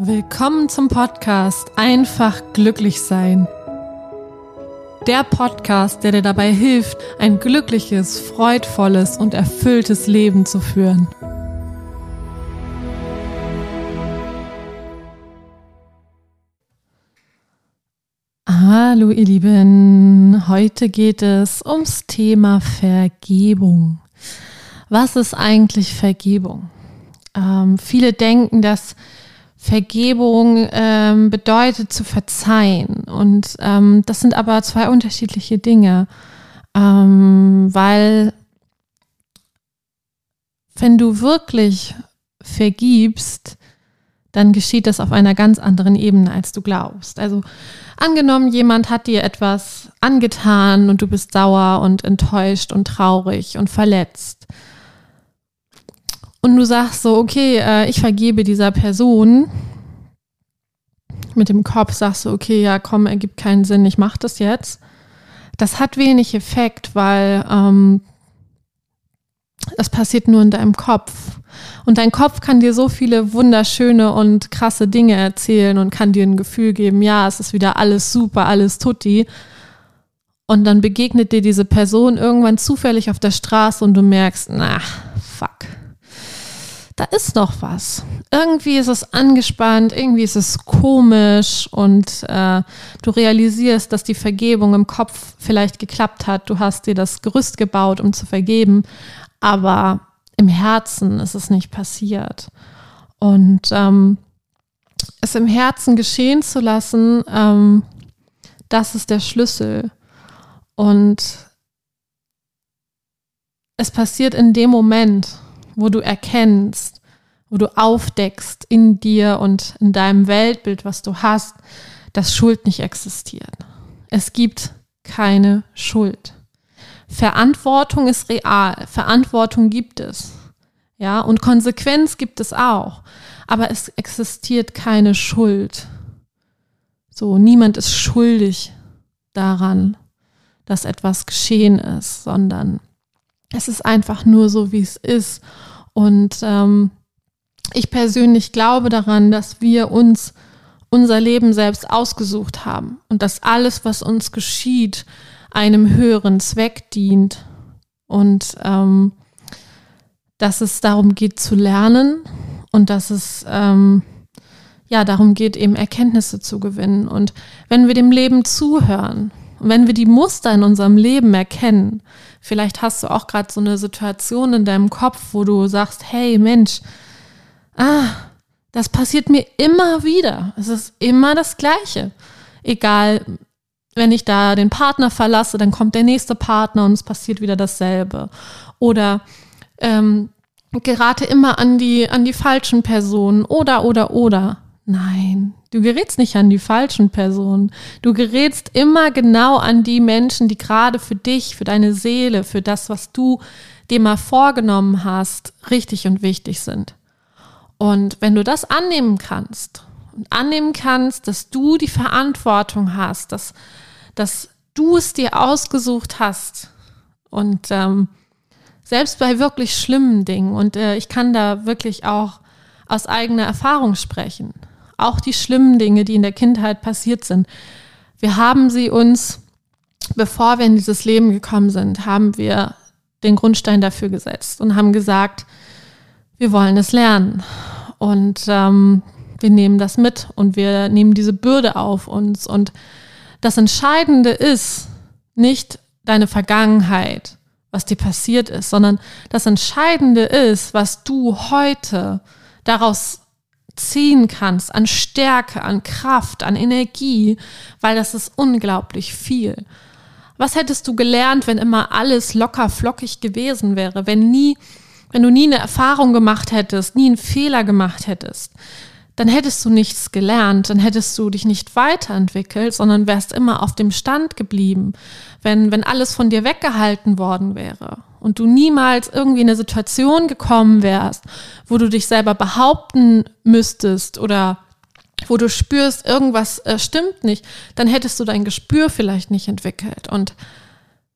Willkommen zum Podcast Einfach glücklich sein. Der Podcast, der dir dabei hilft, ein glückliches, freudvolles und erfülltes Leben zu führen. Hallo ihr Lieben, heute geht es ums Thema Vergebung. Was ist eigentlich Vergebung? Viele denken, dass Vergebung bedeutet zu verzeihen, und das sind aber zwei unterschiedliche Dinge, weil wenn du wirklich vergibst, dann geschieht das auf einer ganz anderen Ebene, als du glaubst. Also angenommen, jemand hat dir etwas angetan und du bist sauer und enttäuscht und traurig und verletzt. Und du sagst so, okay, ich vergebe dieser Person. Mit dem Kopf sagst du, okay, ja komm, ergibt keinen Sinn, ich mache das jetzt. Das hat wenig Effekt, weil das passiert nur in deinem Kopf. Und dein Kopf kann dir so viele wunderschöne und krasse Dinge erzählen und kann dir ein Gefühl geben, ja, es ist wieder alles super, alles tutti. Und dann begegnet dir diese Person irgendwann zufällig auf der Straße und du merkst, fuck, da ist noch was. Irgendwie ist es angespannt, irgendwie ist es komisch und du realisierst, dass die Vergebung im Kopf vielleicht geklappt hat. Du hast dir das Gerüst gebaut, um zu vergeben, aber im Herzen ist es nicht passiert. Und es im Herzen geschehen zu lassen, das ist der Schlüssel. Und es passiert in dem Moment, wo du erkennst, wo du aufdeckst in dir und in deinem Weltbild, was du hast, dass Schuld nicht existiert. Es gibt keine Schuld. Verantwortung ist real, Verantwortung gibt es. Ja, und Konsequenz gibt es auch. Aber es existiert keine Schuld. So, niemand ist schuldig daran, dass etwas geschehen ist, sondern es ist einfach nur so, wie es ist. Und ich persönlich glaube daran, dass wir uns unser Leben selbst ausgesucht haben und dass alles, was uns geschieht, einem höheren Zweck dient und dass es darum geht zu lernen und dass es darum geht, eben Erkenntnisse zu gewinnen. Und wenn wir dem Leben zuhören, und wenn wir die Muster in unserem Leben erkennen, vielleicht hast du auch gerade so eine Situation in deinem Kopf, wo du sagst, hey Mensch, das passiert mir immer wieder. Es ist immer das Gleiche. Egal, wenn ich da den Partner verlasse, dann kommt der nächste Partner und es passiert wieder dasselbe. Oder gerate immer an die falschen Personen oder. Nein, du gerätst nicht an die falschen Personen. Du gerätst immer genau an die Menschen, die gerade für dich, für deine Seele, für das, was du dir mal vorgenommen hast, richtig und wichtig sind. Und wenn du das annehmen kannst, dass du die Verantwortung hast, dass du es dir ausgesucht hast und selbst bei wirklich schlimmen Dingen, und ich kann da wirklich auch aus eigener Erfahrung sprechen, auch die schlimmen Dinge, die in der Kindheit passiert sind, wir haben sie uns, bevor wir in dieses Leben gekommen sind, haben wir den Grundstein dafür gesetzt und haben gesagt, wir wollen es lernen und wir nehmen das mit und wir nehmen diese Bürde auf uns. Und das Entscheidende ist nicht deine Vergangenheit, was dir passiert ist, sondern das Entscheidende ist, was du heute daraus ziehen kannst, an Stärke, an Kraft, an Energie, weil das ist unglaublich viel. Was hättest du gelernt, wenn immer alles locker flockig gewesen wäre, wenn du nie eine Erfahrung gemacht hättest, nie einen Fehler gemacht hättest? Dann hättest du nichts gelernt, dann hättest du dich nicht weiterentwickelt, sondern wärst immer auf dem Stand geblieben, wenn alles von dir weggehalten worden wäre und du niemals irgendwie in eine Situation gekommen wärst, wo du dich selber behaupten müsstest oder wo du spürst, irgendwas stimmt nicht, dann hättest du dein Gespür vielleicht nicht entwickelt. Und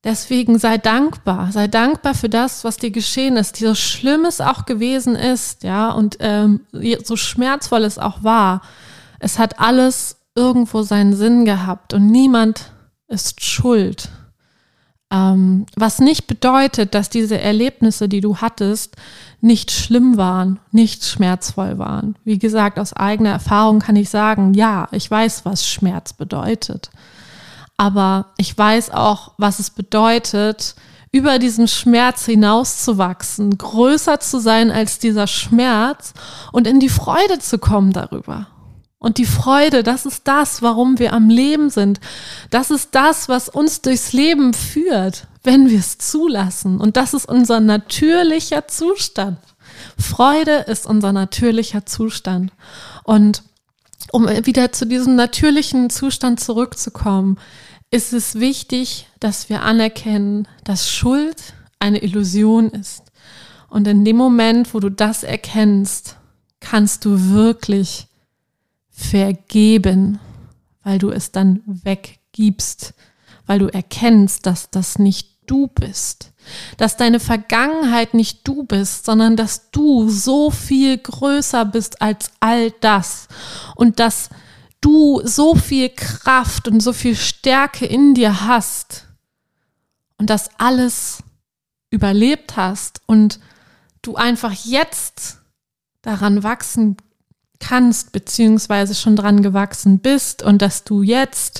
Deswegen sei dankbar für das, was dir geschehen ist, so schlimm es auch gewesen ist, ja, und so schmerzvoll es auch war. Es hat alles irgendwo seinen Sinn gehabt und niemand ist schuld. Was nicht bedeutet, dass diese Erlebnisse, die du hattest, nicht schlimm waren, nicht schmerzvoll waren. Wie gesagt, aus eigener Erfahrung kann ich sagen, ja, ich weiß, was Schmerz bedeutet. Aber ich weiß auch, was es bedeutet, über diesen Schmerz hinauszuwachsen, größer zu sein als dieser Schmerz und in die Freude zu kommen darüber. Und die Freude, das ist das, warum wir am Leben sind. Das ist das, was uns durchs Leben führt, wenn wir es zulassen. Und das ist unser natürlicher Zustand. Freude ist unser natürlicher Zustand. Und um wieder zu diesem natürlichen Zustand zurückzukommen, ist es wichtig, dass wir anerkennen, dass Schuld eine Illusion ist. Und in dem Moment, wo du das erkennst, kannst du wirklich vergeben, weil du es dann weggibst, weil du erkennst, dass das nicht du bist, dass deine Vergangenheit nicht du bist, sondern dass du so viel größer bist als all das und dass du so viel Kraft und so viel Stärke in dir hast und das alles überlebt hast und du einfach jetzt daran wachsen kannst, beziehungsweise schon dran gewachsen bist und dass du jetzt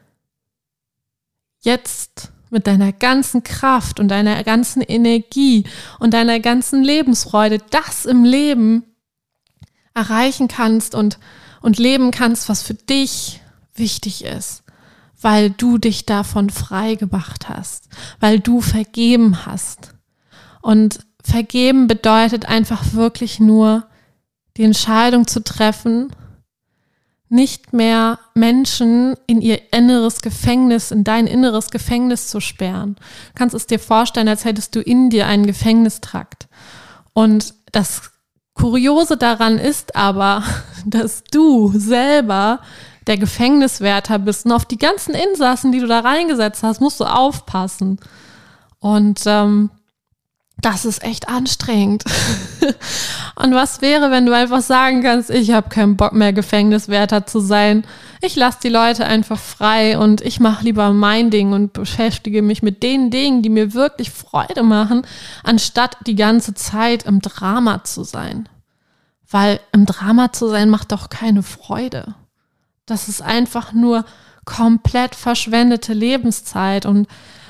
mit deiner ganzen Kraft und deiner ganzen Energie und deiner ganzen Lebensfreude das im Leben erreichen kannst und leben kannst, was für dich wichtig ist, weil du dich davon frei gemacht hast, weil du vergeben hast. Und vergeben bedeutet einfach wirklich nur, die Entscheidung zu treffen, nicht mehr Menschen in ihr inneres Gefängnis, in dein inneres Gefängnis zu sperren. Du kannst es dir vorstellen, als hättest du in dir einen Gefängnistrakt. Und das Kuriose daran ist aber, dass du selber der Gefängniswärter bist und auf die ganzen Insassen, die du da reingesetzt hast, musst du aufpassen. Und das ist echt anstrengend. Und was wäre, wenn du einfach sagen kannst, ich habe keinen Bock mehr, Gefängniswärter zu sein. Ich lasse die Leute einfach frei und ich mache lieber mein Ding und beschäftige mich mit den Dingen, die mir wirklich Freude machen, anstatt die ganze Zeit im Drama zu sein. Weil im Drama zu sein macht doch keine Freude. Das ist einfach nur komplett verschwendete Lebenszeit und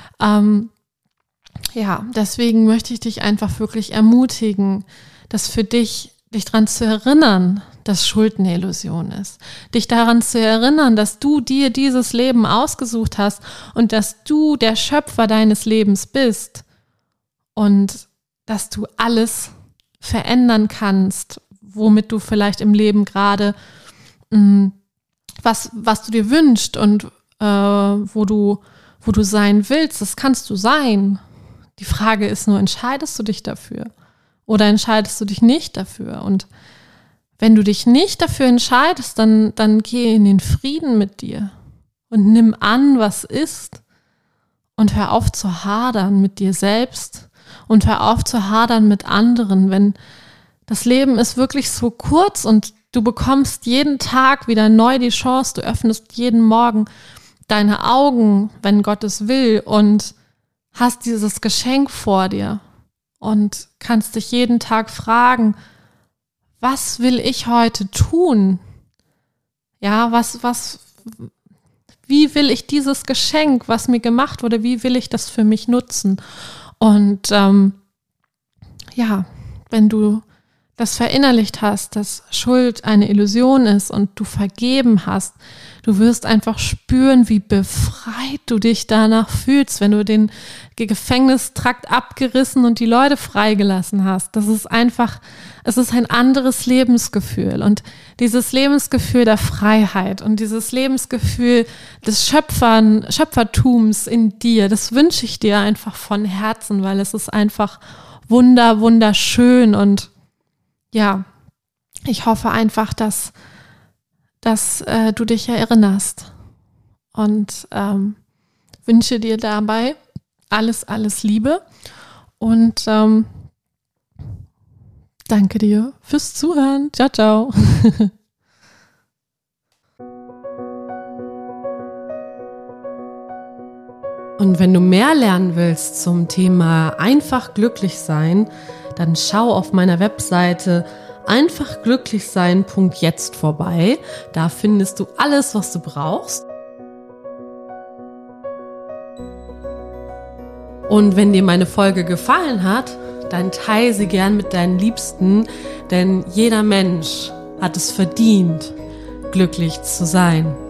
deswegen möchte ich dich einfach wirklich ermutigen, dass für dich daran zu erinnern, dass Schuld eine Illusion ist. Dich daran zu erinnern, dass du dir dieses Leben ausgesucht hast und dass du der Schöpfer deines Lebens bist und dass du alles verändern kannst, womit du vielleicht im Leben gerade was du dir wünschst und wo du sein willst, das kannst du sein. Die Frage ist nur, entscheidest du dich dafür oder entscheidest du dich nicht dafür? Und wenn du dich nicht dafür entscheidest, dann geh in den Frieden mit dir und nimm an, was ist und hör auf zu hadern mit dir selbst und hör auf zu hadern mit anderen. Wenn das Leben ist wirklich so kurz und du bekommst jeden Tag wieder neu die Chance, du öffnest jeden Morgen deine Augen, wenn Gott es will, und hast dieses Geschenk vor dir und kannst dich jeden Tag fragen, was will ich heute tun? Ja, wie will ich dieses Geschenk, was mir gemacht wurde, wie will ich das für mich nutzen? Und wenn du das verinnerlicht hast, dass Schuld eine Illusion ist und du vergeben hast, du wirst einfach spüren, wie befreit du dich danach fühlst, wenn du den Gefängnistrakt abgerissen und die Leute freigelassen hast. Es ist ein anderes Lebensgefühl und dieses Lebensgefühl der Freiheit und dieses Lebensgefühl des Schöpfertums in dir, das wünsche ich dir einfach von Herzen, weil es ist einfach wunderschön und ja, ich hoffe einfach, dass du dich erinnerst und wünsche dir dabei alles, alles Liebe und danke dir fürs Zuhören. Ciao, ciao. Und wenn du mehr lernen willst zum Thema einfach glücklich sein, dann schau auf meiner Webseite einfachglücklichsein.jetzt vorbei. Da findest du alles, was du brauchst. Und wenn dir meine Folge gefallen hat, dann teile sie gern mit deinen Liebsten, denn jeder Mensch hat es verdient, glücklich zu sein.